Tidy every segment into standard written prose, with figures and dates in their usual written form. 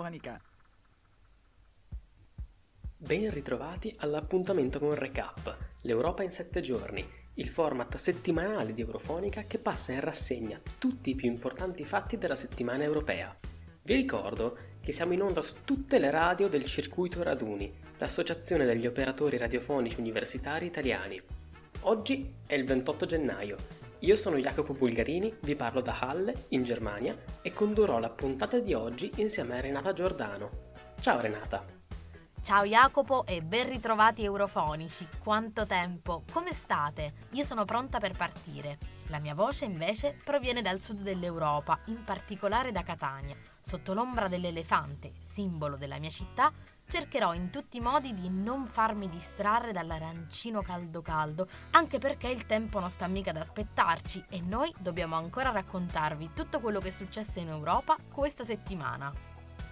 Eurofonica. Ben ritrovati all'appuntamento con Recap, l'Europa in 7 giorni, il format settimanale di Eurofonica che passa in rassegna tutti i più importanti fatti della settimana europea. Vi ricordo che siamo in onda su tutte le radio del Circuito Raduni, l'associazione degli operatori radiofonici universitari italiani. Oggi è il 28 gennaio. Io sono Jacopo Bulgarini, vi parlo da Halle, in Germania, e condurrò la puntata di oggi insieme a Renata Giordano. Ciao Renata! Ciao Jacopo e ben ritrovati eurofonici, quanto tempo, come state? Io sono pronta per partire. La mia voce invece proviene dal sud dell'Europa, in particolare da Catania. Sotto l'ombra dell'elefante, simbolo della mia città, cercherò in tutti i modi di non farmi distrarre dall'arancino caldo caldo, anche perché il tempo non sta mica ad aspettarci e noi dobbiamo ancora raccontarvi tutto quello che è successo in Europa questa settimana.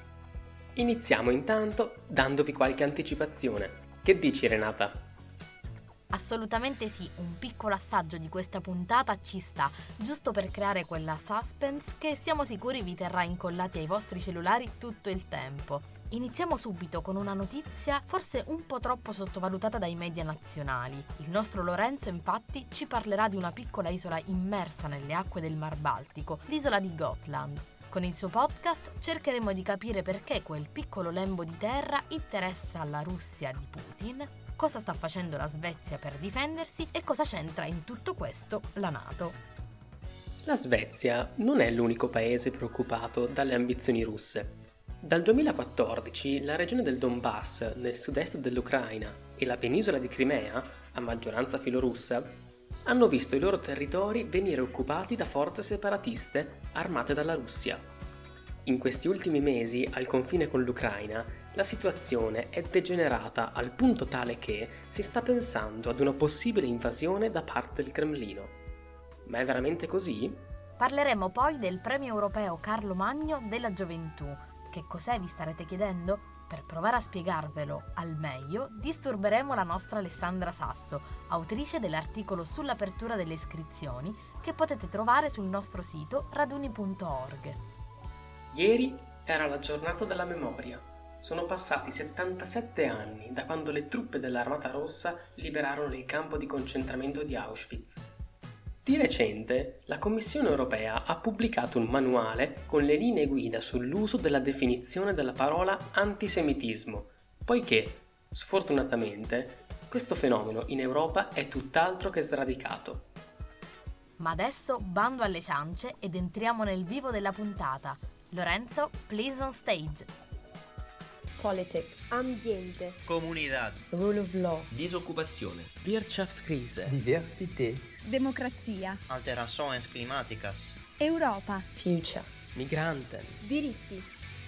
Iniziamo intanto dandovi qualche anticipazione. Che dici Renata? Assolutamente sì, un piccolo assaggio di questa puntata ci sta, giusto per creare quella suspense che siamo sicuri vi terrà incollati ai vostri cellulari tutto il tempo. Iniziamo subito con una notizia forse un po' troppo sottovalutata dai media nazionali. Il nostro Lorenzo infatti ci parlerà di una piccola isola immersa nelle acque del Mar Baltico, l'isola di Gotland. Con il suo podcast cercheremo di capire perché quel piccolo lembo di terra interessa alla Russia di Putin, cosa sta facendo la Svezia per difendersi e cosa c'entra in tutto questo la NATO. La Svezia non è l'unico paese preoccupato dalle ambizioni russe. Dal 2014 la regione del Donbass, nel sud-est dell'Ucraina, e la penisola di Crimea, a maggioranza filorussa, hanno visto i loro territori venire occupati da forze separatiste armate dalla Russia. In questi ultimi mesi, al confine con l'Ucraina, la situazione è degenerata al punto tale che si sta pensando ad una possibile invasione da parte del Cremlino. Ma è veramente così? Parleremo poi del premio europeo Carlo Magno della gioventù. Che cos'è, vi starete chiedendo? Per provare a spiegarvelo al meglio, disturberemo la nostra Alessandra Sasso, autrice dell'articolo sull'apertura delle iscrizioni che potete trovare sul nostro sito raduni.org. Ieri era la giornata della memoria. Sono passati 77 anni da quando le truppe dell'Armata Rossa liberarono il campo di concentramento di Auschwitz. Di recente, la Commissione europea ha pubblicato un manuale con le linee guida sull'uso della definizione della parola antisemitismo, poiché, sfortunatamente, questo fenomeno in Europa è tutt'altro che sradicato. Ma adesso bando alle ciance ed entriamo nel vivo della puntata. Lorenzo, please on stage. Politics, ambiente, comunità, rule of law, disoccupazione, Wirtschaftskrise, diversità, democrazia, alterações climáticas, Europa, future, migranten, diritti.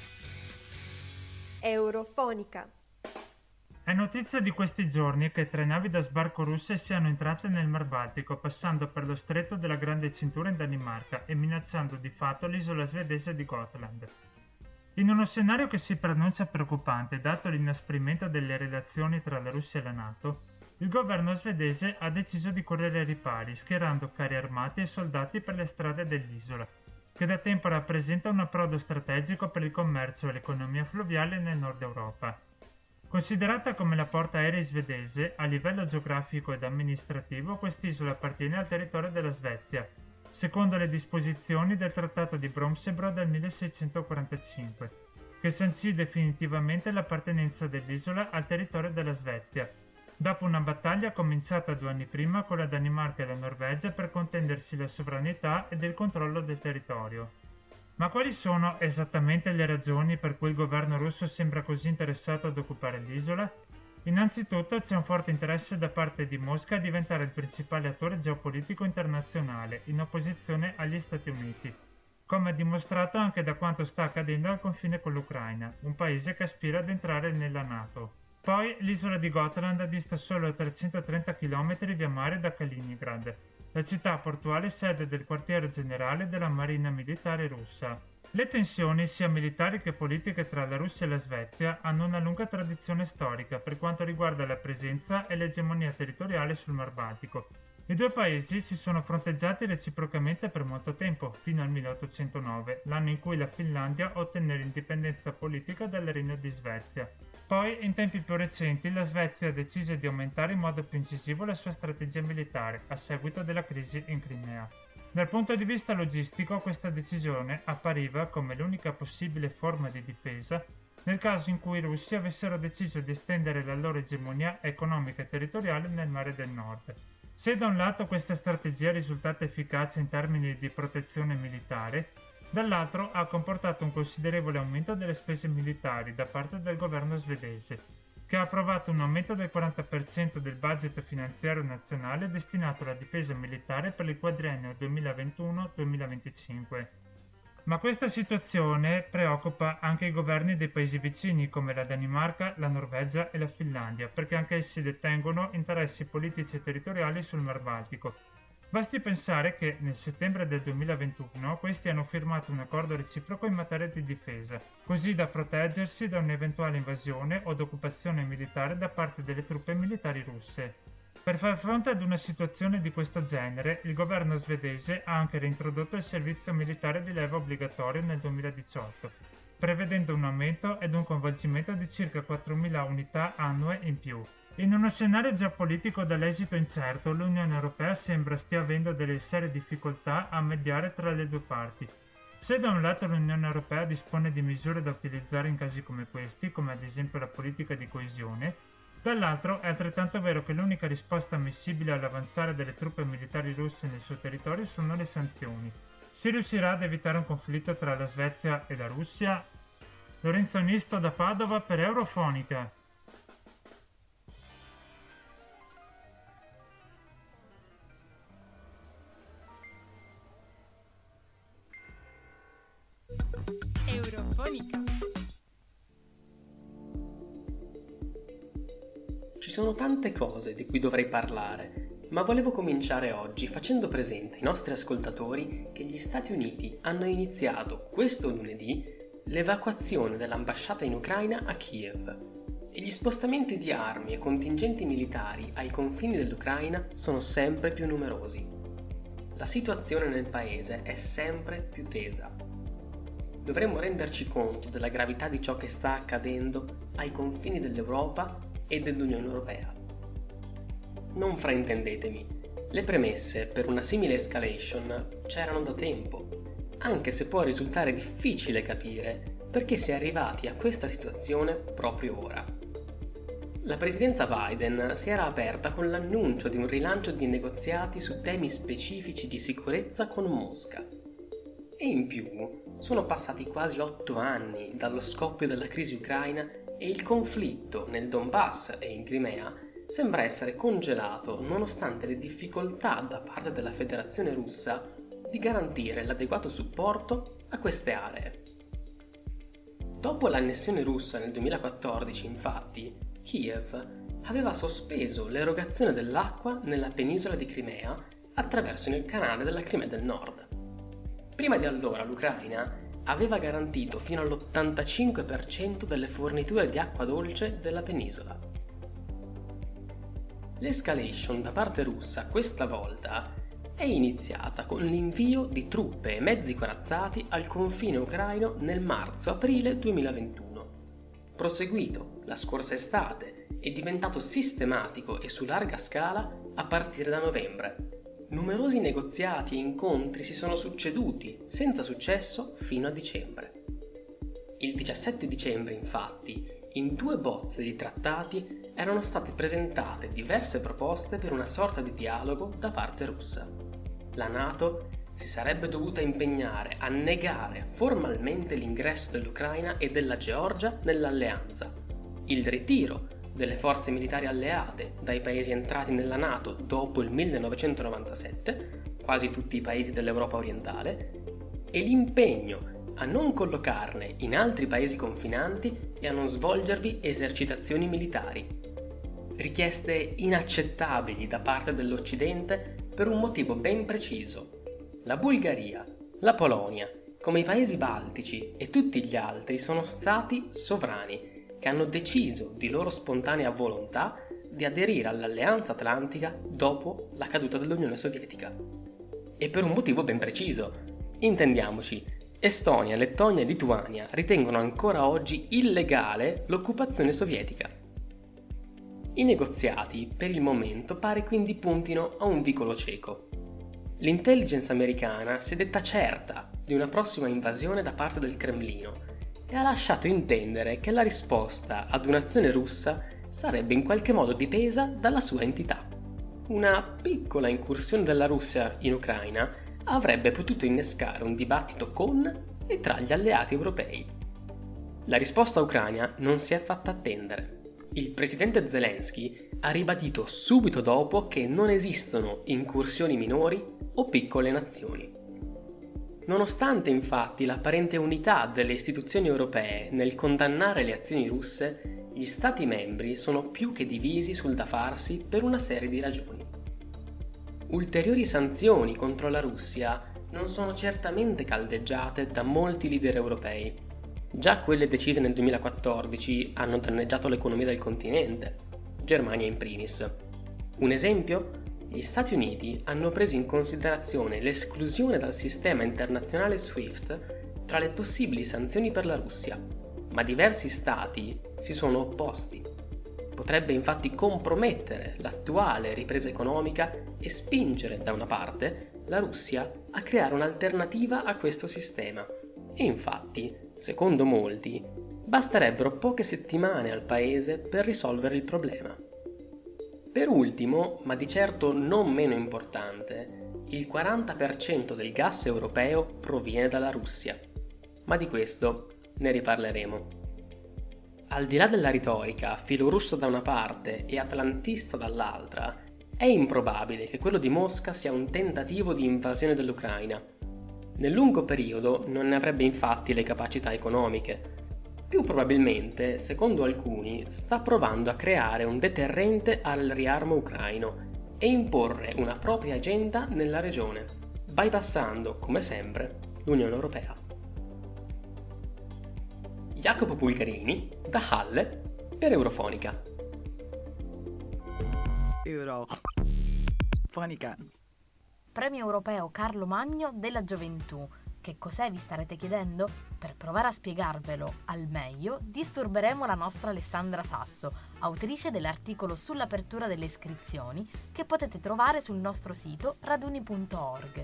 Eurofonica. È notizia di questi giorni che 3 navi da sbarco russe siano entrate nel Mar Baltico passando per lo stretto della Grande Cintura in Danimarca e minacciando di fatto l'isola svedese di Gotland. In uno scenario che si preannuncia preoccupante dato l'inasprimento delle relazioni tra la Russia e la NATO, il governo svedese ha deciso di correre ai ripari schierando carri armati e soldati per le strade dell'isola, che da tempo rappresenta un approdo strategico per il commercio e l'economia fluviale nel nord Europa. Considerata come la porta aerea svedese, a livello geografico ed amministrativo quest'isola appartiene al territorio della Svezia, secondo le disposizioni del Trattato di Bromsebro del 1645, che sancì definitivamente l'appartenenza dell'isola al territorio della Svezia, dopo una battaglia cominciata 2 anni prima con la Danimarca e la Norvegia per contendersi la sovranità ed il controllo del territorio. Ma quali sono esattamente le ragioni per cui il governo russo sembra così interessato ad occupare l'isola? Innanzitutto c'è un forte interesse da parte di Mosca a diventare il principale attore geopolitico internazionale, in opposizione agli Stati Uniti, come dimostrato anche da quanto sta accadendo al confine con l'Ucraina, un paese che aspira ad entrare nella NATO. Poi l'isola di Gotland dista solo 330 km via mare da Kaliningrad, la città portuale sede del quartiere generale della Marina Militare russa. Le tensioni, sia militari che politiche tra la Russia e la Svezia, hanno una lunga tradizione storica per quanto riguarda la presenza e l'egemonia territoriale sul Mar Baltico, I due paesi si sono fronteggiati reciprocamente per molto tempo, fino al 1809, l'anno in cui la Finlandia ottenne l'indipendenza politica dal Regno di Svezia. Poi, in tempi più recenti, la Svezia decise di aumentare in modo più incisivo la sua strategia militare, a seguito della crisi in Crimea. Dal punto di vista logistico, questa decisione appariva come l'unica possibile forma di difesa nel caso in cui i russi avessero deciso di estendere la loro egemonia economica e territoriale nel Mare del Nord. Se da un lato questa strategia è risultata efficace in termini di protezione militare, dall'altro ha comportato un considerevole aumento delle spese militari da parte del governo svedese, che ha approvato un aumento del 40% del budget finanziario nazionale destinato alla difesa militare per il quadriennio 2021-2025. Ma questa situazione preoccupa anche i governi dei paesi vicini come la Danimarca, la Norvegia e la Finlandia, perché anche essi detengono interessi politici e territoriali sul Mar Baltico. Basti pensare che nel settembre del 2021 questi hanno firmato un accordo reciproco in materia di difesa, così da proteggersi da un'eventuale invasione o d'occupazione militare da parte delle truppe militari russe. Per far fronte ad una situazione di questo genere, il governo svedese ha anche reintrodotto il servizio militare di leva obbligatorio nel 2018, prevedendo un aumento ed un coinvolgimento di circa 4.000 unità annue in più. In uno scenario geopolitico dall'esito incerto, l'Unione Europea sembra stia avendo delle serie difficoltà a mediare tra le due parti. Se da un lato l'Unione Europea dispone di misure da utilizzare in casi come questi, come ad esempio la politica di coesione, dall'altro è altrettanto vero che l'unica risposta ammissibile all'avanzare delle truppe militari russe nel suo territorio sono le sanzioni. Si riuscirà ad evitare un conflitto tra la Svezia e la Russia? Lorenzo Nisto da Padova per Eurofonica. Eurofonica. Ci sono tante cose di cui dovrei parlare, ma volevo cominciare oggi facendo presente ai nostri ascoltatori che gli Stati Uniti hanno iniziato questo lunedì l'evacuazione dell'ambasciata in Ucraina a Kiev e gli spostamenti di armi e contingenti militari ai confini dell'Ucraina sono sempre più numerosi. La situazione nel paese è sempre più tesa. Dovremmo renderci conto della gravità di ciò che sta accadendo ai confini dell'Europa e dell'Unione Europea. Non fraintendetemi, le premesse per una simile escalation c'erano da tempo, anche se può risultare difficile capire perché si è arrivati a questa situazione proprio ora. La presidenza Biden si era aperta con l'annuncio di un rilancio di negoziati su temi specifici di sicurezza con Mosca. E in più sono passati quasi 8 anni dallo scoppio della crisi ucraina e il conflitto nel Donbass e in Crimea sembra essere congelato nonostante le difficoltà da parte della Federazione Russa di garantire l'adeguato supporto a queste aree. Dopo l'annessione russa nel 2014, infatti, Kiev aveva sospeso l'erogazione dell'acqua nella penisola di Crimea attraverso il canale della Crimea del Nord. Prima di allora l'Ucraina aveva garantito fino all'85% delle forniture di acqua dolce della penisola. L'escalation da parte russa questa volta è iniziata con l'invio di truppe e mezzi corazzati al confine ucraino nel marzo-aprile 2021. Proseguito la scorsa estate e diventato sistematico e su larga scala a partire da novembre. Numerosi negoziati e incontri si sono succeduti senza successo fino a dicembre. Il 17 dicembre, infatti, in 2 bozze di trattati erano state presentate diverse proposte per una sorta di dialogo da parte russa. La NATO si sarebbe dovuta impegnare a negare formalmente l'ingresso dell'Ucraina e della Georgia nell'alleanza, il ritiro delle forze militari alleate dai paesi entrati nella NATO dopo il 1997, quasi tutti i paesi dell'Europa orientale, e l'impegno a non collocarne in altri paesi confinanti e a non svolgervi esercitazioni militari. Richieste inaccettabili da parte dell'Occidente per un motivo ben preciso. La Bulgaria, la Polonia, come i paesi baltici e tutti gli altri sono stati sovrani che hanno deciso di loro spontanea volontà di aderire all'Alleanza Atlantica dopo la caduta dell'Unione Sovietica. E per un motivo ben preciso. Intendiamoci, Estonia, Lettonia e Lituania ritengono ancora oggi illegale l'occupazione sovietica. I negoziati, per il momento, pare quindi puntino a un vicolo cieco. L'intelligence americana si è detta certa di una prossima invasione da parte del Cremlino e ha lasciato intendere che la risposta ad un'azione russa sarebbe in qualche modo dipesa dalla sua entità. Una piccola incursione della Russia in Ucraina avrebbe potuto innescare un dibattito con e tra gli alleati europei. La risposta ucraina non si è fatta attendere. Il presidente Zelensky ha ribadito subito dopo che non esistono incursioni minori o piccole nazioni. Nonostante infatti l'apparente unità delle istituzioni europee nel condannare le azioni russe, gli Stati membri sono più che divisi sul da farsi per una serie di ragioni. Ulteriori sanzioni contro la Russia non sono certamente caldeggiate da molti leader europei. Già quelle decise nel 2014 hanno danneggiato l'economia del continente, Germania in primis. Un esempio? Gli Stati Uniti hanno preso in considerazione l'esclusione dal sistema internazionale SWIFT tra le possibili sanzioni per la Russia, ma diversi Stati si sono opposti. Potrebbe infatti compromettere l'attuale ripresa economica e spingere, da una parte, la Russia a creare un'alternativa a questo sistema. E infatti, secondo molti, basterebbero poche settimane al paese per risolvere il problema. Per ultimo, ma di certo non meno importante, il 40% del gas europeo proviene dalla Russia. Ma di questo ne riparleremo. Al di là della retorica, filorussa da una parte e atlantista dall'altra, è improbabile che quello di Mosca sia un tentativo di invasione dell'Ucraina. Nel lungo periodo non ne avrebbe infatti le capacità economiche. Più probabilmente, secondo alcuni, sta provando a creare un deterrente al riarmo ucraino e imporre una propria agenda nella regione, bypassando, come sempre, l'Unione Europea. Jacopo Pulgarini, da Halle, per Eurofonica. Eurofonica. Premio europeo Carlo Magno della gioventù. Che cos'è, vi starete chiedendo? Per provare a spiegarvelo al meglio, disturberemo la nostra Alessandra Sasso, autrice dell'articolo sull'apertura delle iscrizioni che potete trovare sul nostro sito raduni.org.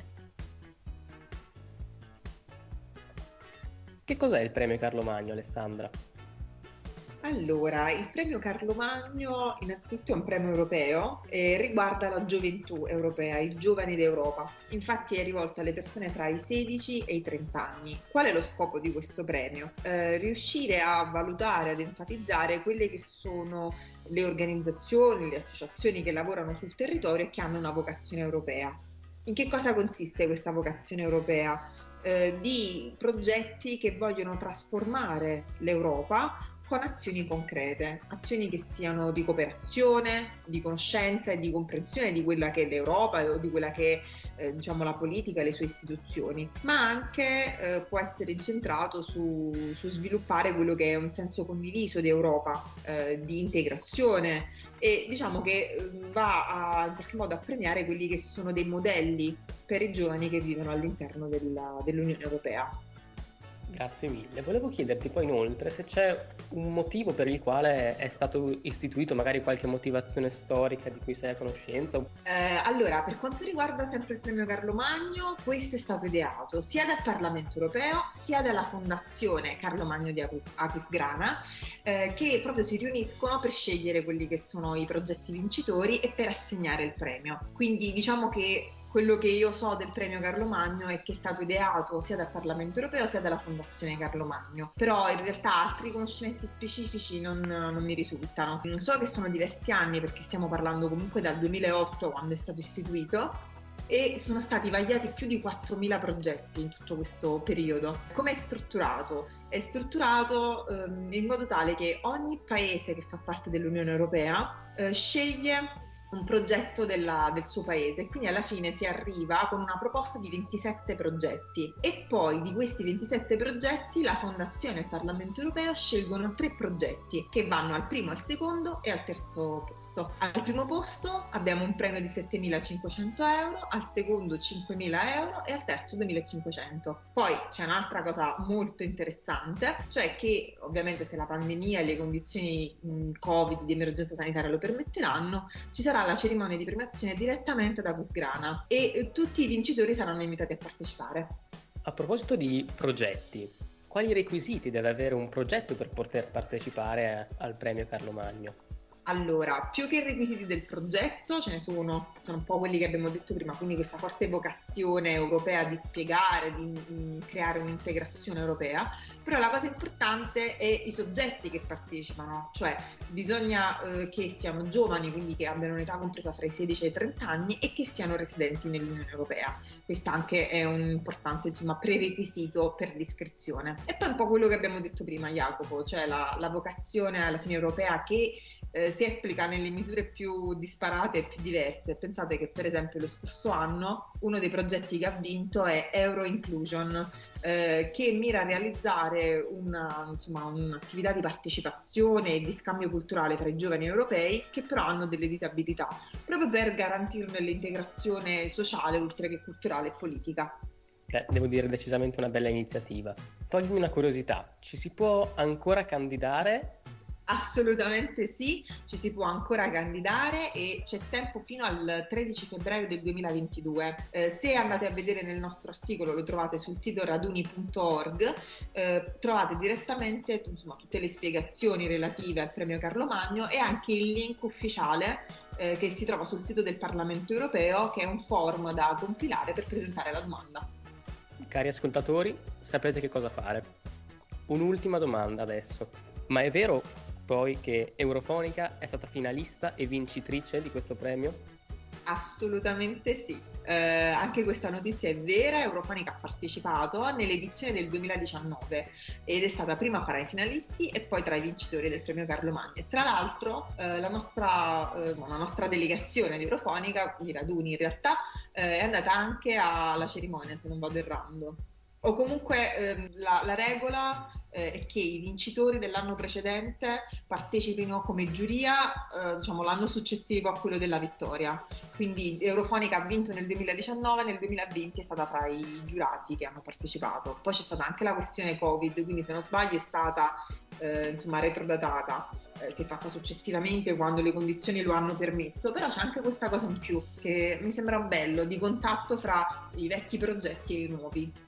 Che cos'è il premio Carlo Magno, Alessandra? Allora, il premio Carlo Magno innanzitutto è un premio europeo e riguarda la gioventù europea, i giovani d'Europa. Infatti è rivolto alle persone fra i 16 e i 30 anni. Qual è lo scopo di questo premio? Riuscire a valutare, ad enfatizzare quelle che sono le organizzazioni, le associazioni che lavorano sul territorio e che hanno una vocazione europea. In che cosa consiste questa vocazione europea? Di progetti che vogliono trasformare l'Europa con azioni concrete, azioni che siano di cooperazione, di conoscenza e di comprensione di quella che è l'Europa o di quella che è la politica e le sue istituzioni, ma anche può essere incentrato su sviluppare quello che è un senso condiviso di Europa, di integrazione e che va in qualche modo a premiare quelli che sono dei modelli per i giovani che vivono all'interno dell'Unione Europea. Grazie mille. Volevo chiederti poi inoltre se c'è un motivo per il quale è stato istituito, magari qualche motivazione storica di cui sei a conoscenza. Allora, per quanto riguarda sempre il premio Carlo Magno, questo è stato ideato sia dal Parlamento Europeo sia dalla Fondazione Carlo Magno di Aquisgrana, che proprio si riuniscono per scegliere quelli che sono i progetti vincitori e per assegnare il premio. Quindi che quello che io so del premio Carlo Magno è che è stato ideato sia dal Parlamento Europeo sia dalla Fondazione Carlo Magno, però in realtà altri conoscimenti specifici non mi risultano. So che sono diversi anni, perché stiamo parlando comunque dal 2008, quando è stato istituito, e sono stati vagliati più di 4.000 progetti in tutto questo periodo. Come è strutturato? È strutturato in modo tale che ogni paese che fa parte dell'Unione Europea sceglie un progetto del suo paese, quindi alla fine si arriva con una proposta di 27 progetti e poi di questi 27 progetti la Fondazione e il Parlamento Europeo scelgono 3 progetti che vanno al primo, al secondo e al terzo posto. Al primo posto abbiamo un premio di 7.500 euro, al secondo 5.000 euro e al terzo 2.500. Poi c'è un'altra cosa molto interessante, cioè che ovviamente se la pandemia e le condizioni Covid di emergenza sanitaria lo permetteranno, ci sarà la cerimonia di premiazione direttamente da Aquisgrana e tutti i vincitori saranno invitati a partecipare. A proposito di progetti, quali requisiti deve avere un progetto per poter partecipare al premio Carlo Magno? Allora, più che i requisiti del progetto, ce ne sono un po' quelli che abbiamo detto prima, quindi questa forte vocazione europea di spiegare, di creare un'integrazione europea, però la cosa importante è i soggetti che partecipano, cioè bisogna che siano giovani, quindi che abbiano un'età compresa fra i 16 e i 30 anni e che siano residenti nell'Unione Europea. Questo anche è un importante prerequisito per l'iscrizione. E poi un po' quello che abbiamo detto prima, Jacopo, cioè la vocazione alla fine europea che si esplica nelle misure più disparate e più diverse. Pensate che per esempio lo scorso anno uno dei progetti che ha vinto è Euro Inclusion, che mira a realizzare un'attività di partecipazione e di scambio culturale tra i giovani europei che però hanno delle disabilità, proprio per garantirne l'integrazione sociale oltre che culturale e politica. Devo dire decisamente una bella iniziativa. Toglimi una curiosità, ci si può ancora candidare? Assolutamente sì, ci si può ancora candidare e c'è tempo fino al 13 febbraio del 2022. Se andate a vedere nel nostro articolo, lo trovate sul sito raduni.org, trovate direttamente tutte le spiegazioni relative al premio Carlo Magno e anche il link ufficiale che si trova sul sito del Parlamento Europeo, che è un form da compilare per presentare la domanda. Cari ascoltatori, sapete che cosa fare. Un'ultima domanda adesso. Ma è vero poi che Eurofonica è stata finalista e vincitrice di questo premio? Assolutamente sì, anche questa notizia è vera. Eurofonica ha partecipato nell'edizione del 2019 ed è stata prima fra i finalisti e poi tra i vincitori del premio Carlo Magno. E tra l'altro la nostra delegazione di Eurofonica, di Raduni in realtà, è andata anche alla cerimonia, se non vado errando. O comunque la regola è che i vincitori dell'anno precedente partecipino come giuria l'anno successivo a quello della vittoria. Quindi Eurofonica ha vinto nel 2019, nel 2020 è stata fra i giurati che hanno partecipato. Poi c'è stata anche la questione Covid, quindi se non sbaglio è stata retrodatata, si è fatta successivamente quando le condizioni lo hanno permesso, però c'è anche questa cosa in più che mi sembra bello, di contatto fra i vecchi progetti e i nuovi.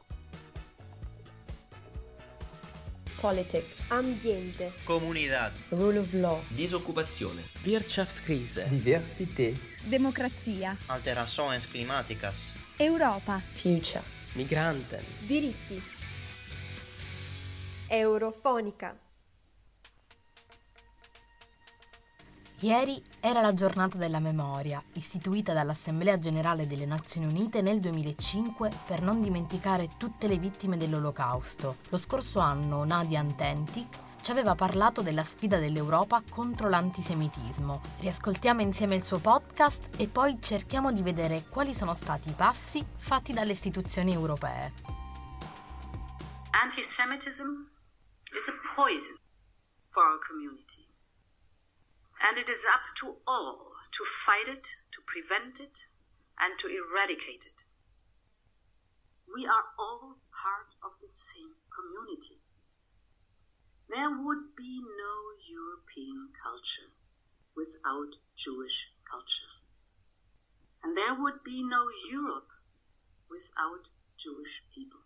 Politics, ambiente, Comunità, rule of law, disoccupazione, Wirtschaftskrise, Diversität, Democrazia. alterações climáticas, Europa. future, Migranten. diritti. Eurofonica. Ieri era la giornata della memoria, istituita dall'Assemblea Generale delle Nazioni Unite nel 2005 per non dimenticare tutte le vittime dell'Olocausto. Lo scorso anno Nadia Antentic ci aveva parlato della sfida dell'Europa contro l'antisemitismo. Riascoltiamo insieme il suo podcast e poi cerchiamo di vedere quali sono stati i passi fatti dalle istituzioni europee. Anti-Semitism is a poison for our community. And it is up to all to fight it, to prevent it, and to eradicate it. We are all part of the same community. There would be no European culture without Jewish culture. And there would be no Europe without Jewish people.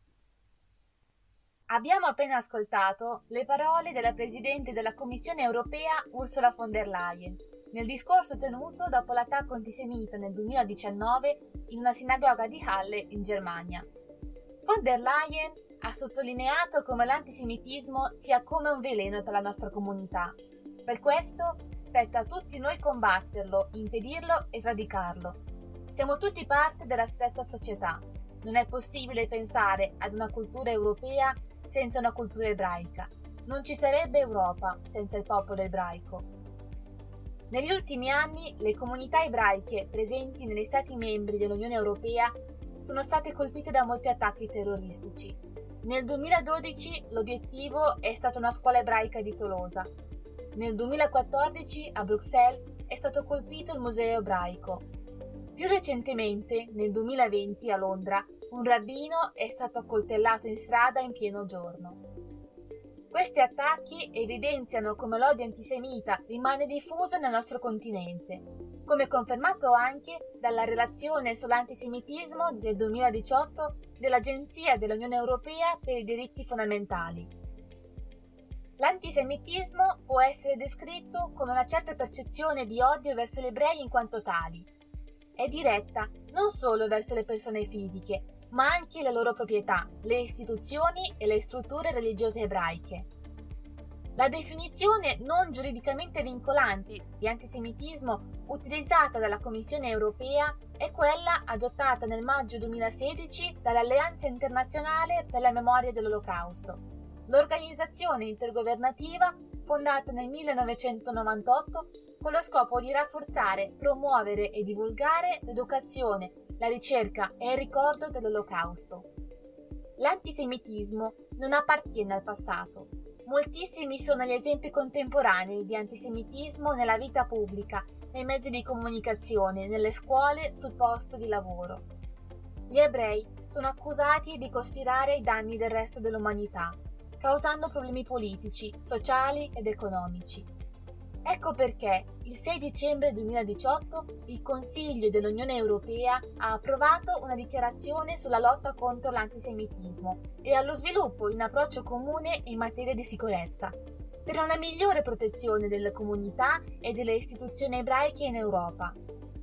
Abbiamo appena ascoltato le parole della Presidente della Commissione europea Ursula von der Leyen nel discorso tenuto dopo l'attacco antisemita nel 2019 in una sinagoga di Halle in Germania. Von der Leyen ha sottolineato come l'antisemitismo sia come un veleno per la nostra comunità. Per questo spetta a tutti noi combatterlo, impedirlo e sradicarlo. Siamo tutti parte della stessa società. Non è possibile pensare ad una cultura europea senza una cultura ebraica. Non ci sarebbe Europa senza il popolo ebraico. Negli ultimi anni le comunità ebraiche presenti negli Stati membri dell'Unione Europea sono state colpite da molti attacchi terroristici. Nel 2012 l'obiettivo è stata una scuola ebraica di Tolosa. Nel 2014 a Bruxelles è stato colpito il museo ebraico. Più recentemente, nel 2020 a Londra, un rabbino è stato accoltellato in strada in pieno giorno. Questi attacchi evidenziano come l'odio antisemita rimane diffuso nel nostro continente, come confermato anche dalla relazione sull'antisemitismo del 2018 dell'Agenzia dell'Unione Europea per i diritti fondamentali. L'antisemitismo può essere descritto come una certa percezione di odio verso gli ebrei in quanto tali. È diretta non solo verso le persone fisiche, ma anche le loro proprietà, le istituzioni e le strutture religiose ebraiche. La definizione non giuridicamente vincolante di antisemitismo utilizzata dalla Commissione europea è quella adottata nel maggio 2016 dall'Alleanza internazionale per la memoria dell'Olocausto, l'organizzazione intergovernativa fondata nel 1998 con lo scopo di rafforzare, promuovere e divulgare l'educazione, la ricerca e il ricordo dell'Olocausto. L'antisemitismo non appartiene al passato. Moltissimi sono gli esempi contemporanei di antisemitismo nella vita pubblica, nei mezzi di comunicazione, nelle scuole, sul posto di lavoro. Gli ebrei sono accusati di cospirare ai danni del resto dell'umanità, causando problemi politici, sociali ed economici. Ecco perché il 6 dicembre 2018 il Consiglio dell'Unione Europea ha approvato una dichiarazione sulla lotta contro l'antisemitismo e allo sviluppo di un approccio comune in materia di sicurezza, per una migliore protezione delle comunità e delle istituzioni ebraiche in Europa.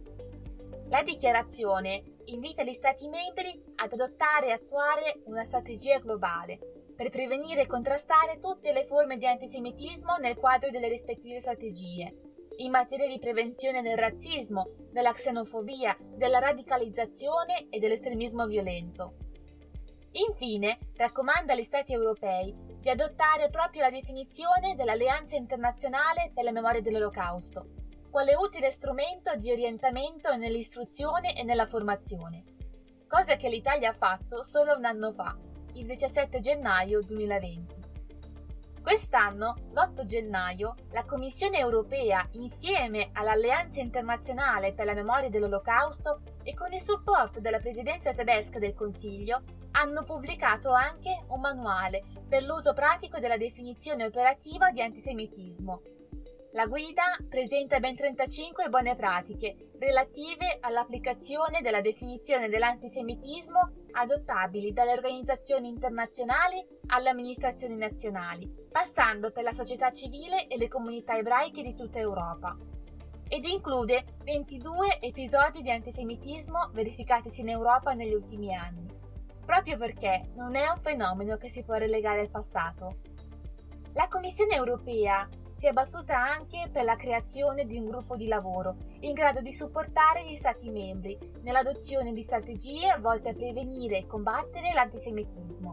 La dichiarazione invita gli Stati membri ad adottare e attuare una strategia globale per prevenire e contrastare tutte le forme di antisemitismo nel quadro delle rispettive strategie, in materia di prevenzione del razzismo, della xenofobia, della radicalizzazione e dell'estremismo violento. Infine, raccomanda agli Stati europei di adottare proprio la definizione dell'Alleanza internazionale per la memoria dell'Olocausto, quale utile strumento di orientamento nell'istruzione e nella formazione, cosa che l'Italia ha fatto solo un anno fa, il 17 gennaio 2020. Quest'anno, l'8 gennaio, la Commissione europea, insieme all'Alleanza internazionale per la memoria dell'Olocausto e con il supporto della Presidenza tedesca del Consiglio, hanno pubblicato anche un manuale per l'uso pratico della definizione operativa di antisemitismo. La guida presenta ben 35 buone pratiche relative all'applicazione della definizione dell'antisemitismo adottabili dalle organizzazioni internazionali alle amministrazioni nazionali, passando per la società civile e le comunità ebraiche di tutta Europa. Ed include 22 episodi di antisemitismo verificatisi in Europa negli ultimi anni, proprio perché non è un fenomeno che si può relegare al passato. La Commissione europea si è battuta anche per la creazione di un gruppo di lavoro in grado di supportare gli Stati membri nell'adozione di strategie volte a prevenire e combattere l'antisemitismo.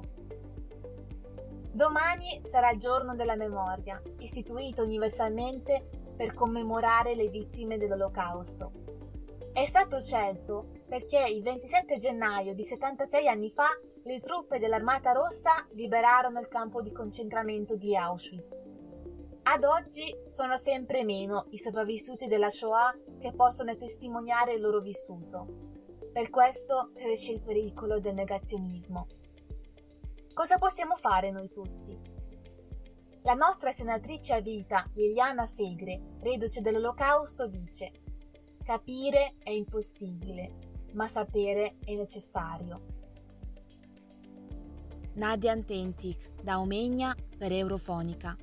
Domani sarà il giorno della memoria, istituito universalmente per commemorare le vittime dell'Olocausto. È stato scelto perché il 27 gennaio di 76 anni fa le truppe dell'Armata Rossa liberarono il campo di concentramento di Auschwitz. Ad oggi sono sempre meno i sopravvissuti della Shoah che possono testimoniare il loro vissuto. Per questo cresce il pericolo del negazionismo. Cosa possiamo fare noi tutti? La nostra senatrice a vita, Liliana Segre, reduce dell'Olocausto, dice: capire è impossibile, ma sapere è necessario. Nadia Antentic, da Omegna per Eurofonica.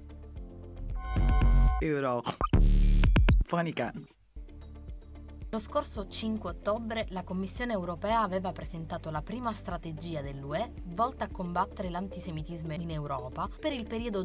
Eurofonica. Lo scorso 5 ottobre la Commissione europea aveva presentato la prima strategia dell'UE volta a combattere l'antisemitismo in Europa per il periodo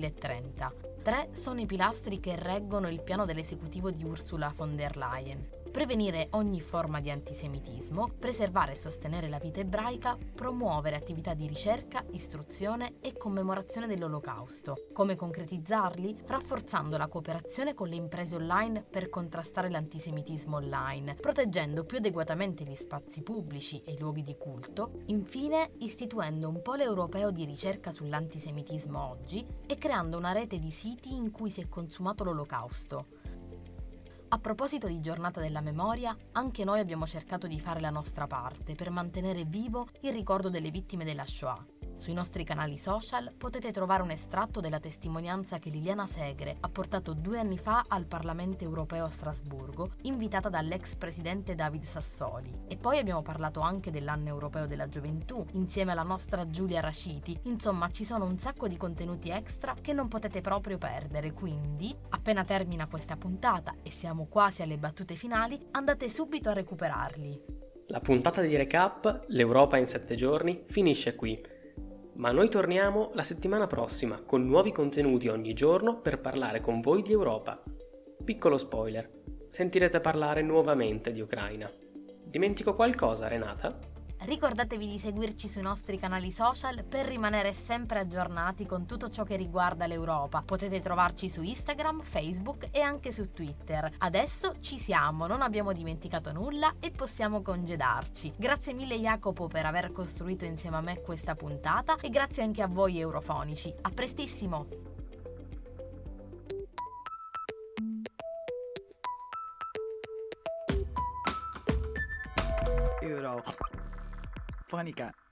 2021-2030. 3 sono i pilastri che reggono il piano dell'esecutivo di Ursula von der Leyen. prevenire ogni forma di antisemitismo, preservare e sostenere la vita ebraica, promuovere attività di ricerca, istruzione e commemorazione dell'Olocausto. Come concretizzarli? Rafforzando la cooperazione con le imprese online per contrastare l'antisemitismo online, proteggendo più adeguatamente gli spazi pubblici e i luoghi di culto, infine istituendo un polo europeo di ricerca sull'antisemitismo oggi e creando una rete di siti in cui si è consumato l'Olocausto. A proposito di Giornata della Memoria, anche noi abbiamo cercato di fare la nostra parte per mantenere vivo il ricordo delle vittime della Shoah. Sui nostri canali social potete trovare un estratto della testimonianza che Liliana Segre ha portato 2 anni fa al Parlamento europeo a Strasburgo, invitata dall'ex presidente David Sassoli. E poi abbiamo parlato anche dell'anno europeo della gioventù, insieme alla nostra Giulia Raciti. Insomma, ci sono un sacco di contenuti extra che non potete proprio perdere, quindi, appena termina questa puntata e siamo quasi alle battute finali, andate subito a recuperarli. La puntata di recap, l'Europa in 7 giorni, finisce qui. Ma noi torniamo la settimana prossima con nuovi contenuti ogni giorno per parlare con voi di Europa. Piccolo spoiler, sentirete parlare nuovamente di Ucraina. Dimentico qualcosa, Renata? Ricordatevi di seguirci sui nostri canali social per rimanere sempre aggiornati con tutto ciò che riguarda l'Europa. Potete trovarci su Instagram, Facebook e anche su Twitter. Adesso ci siamo, non abbiamo dimenticato nulla e possiamo congedarci. Grazie mille Jacopo per aver costruito insieme a me questa puntata e grazie anche a voi eurofonici. A prestissimo! Eurofonica.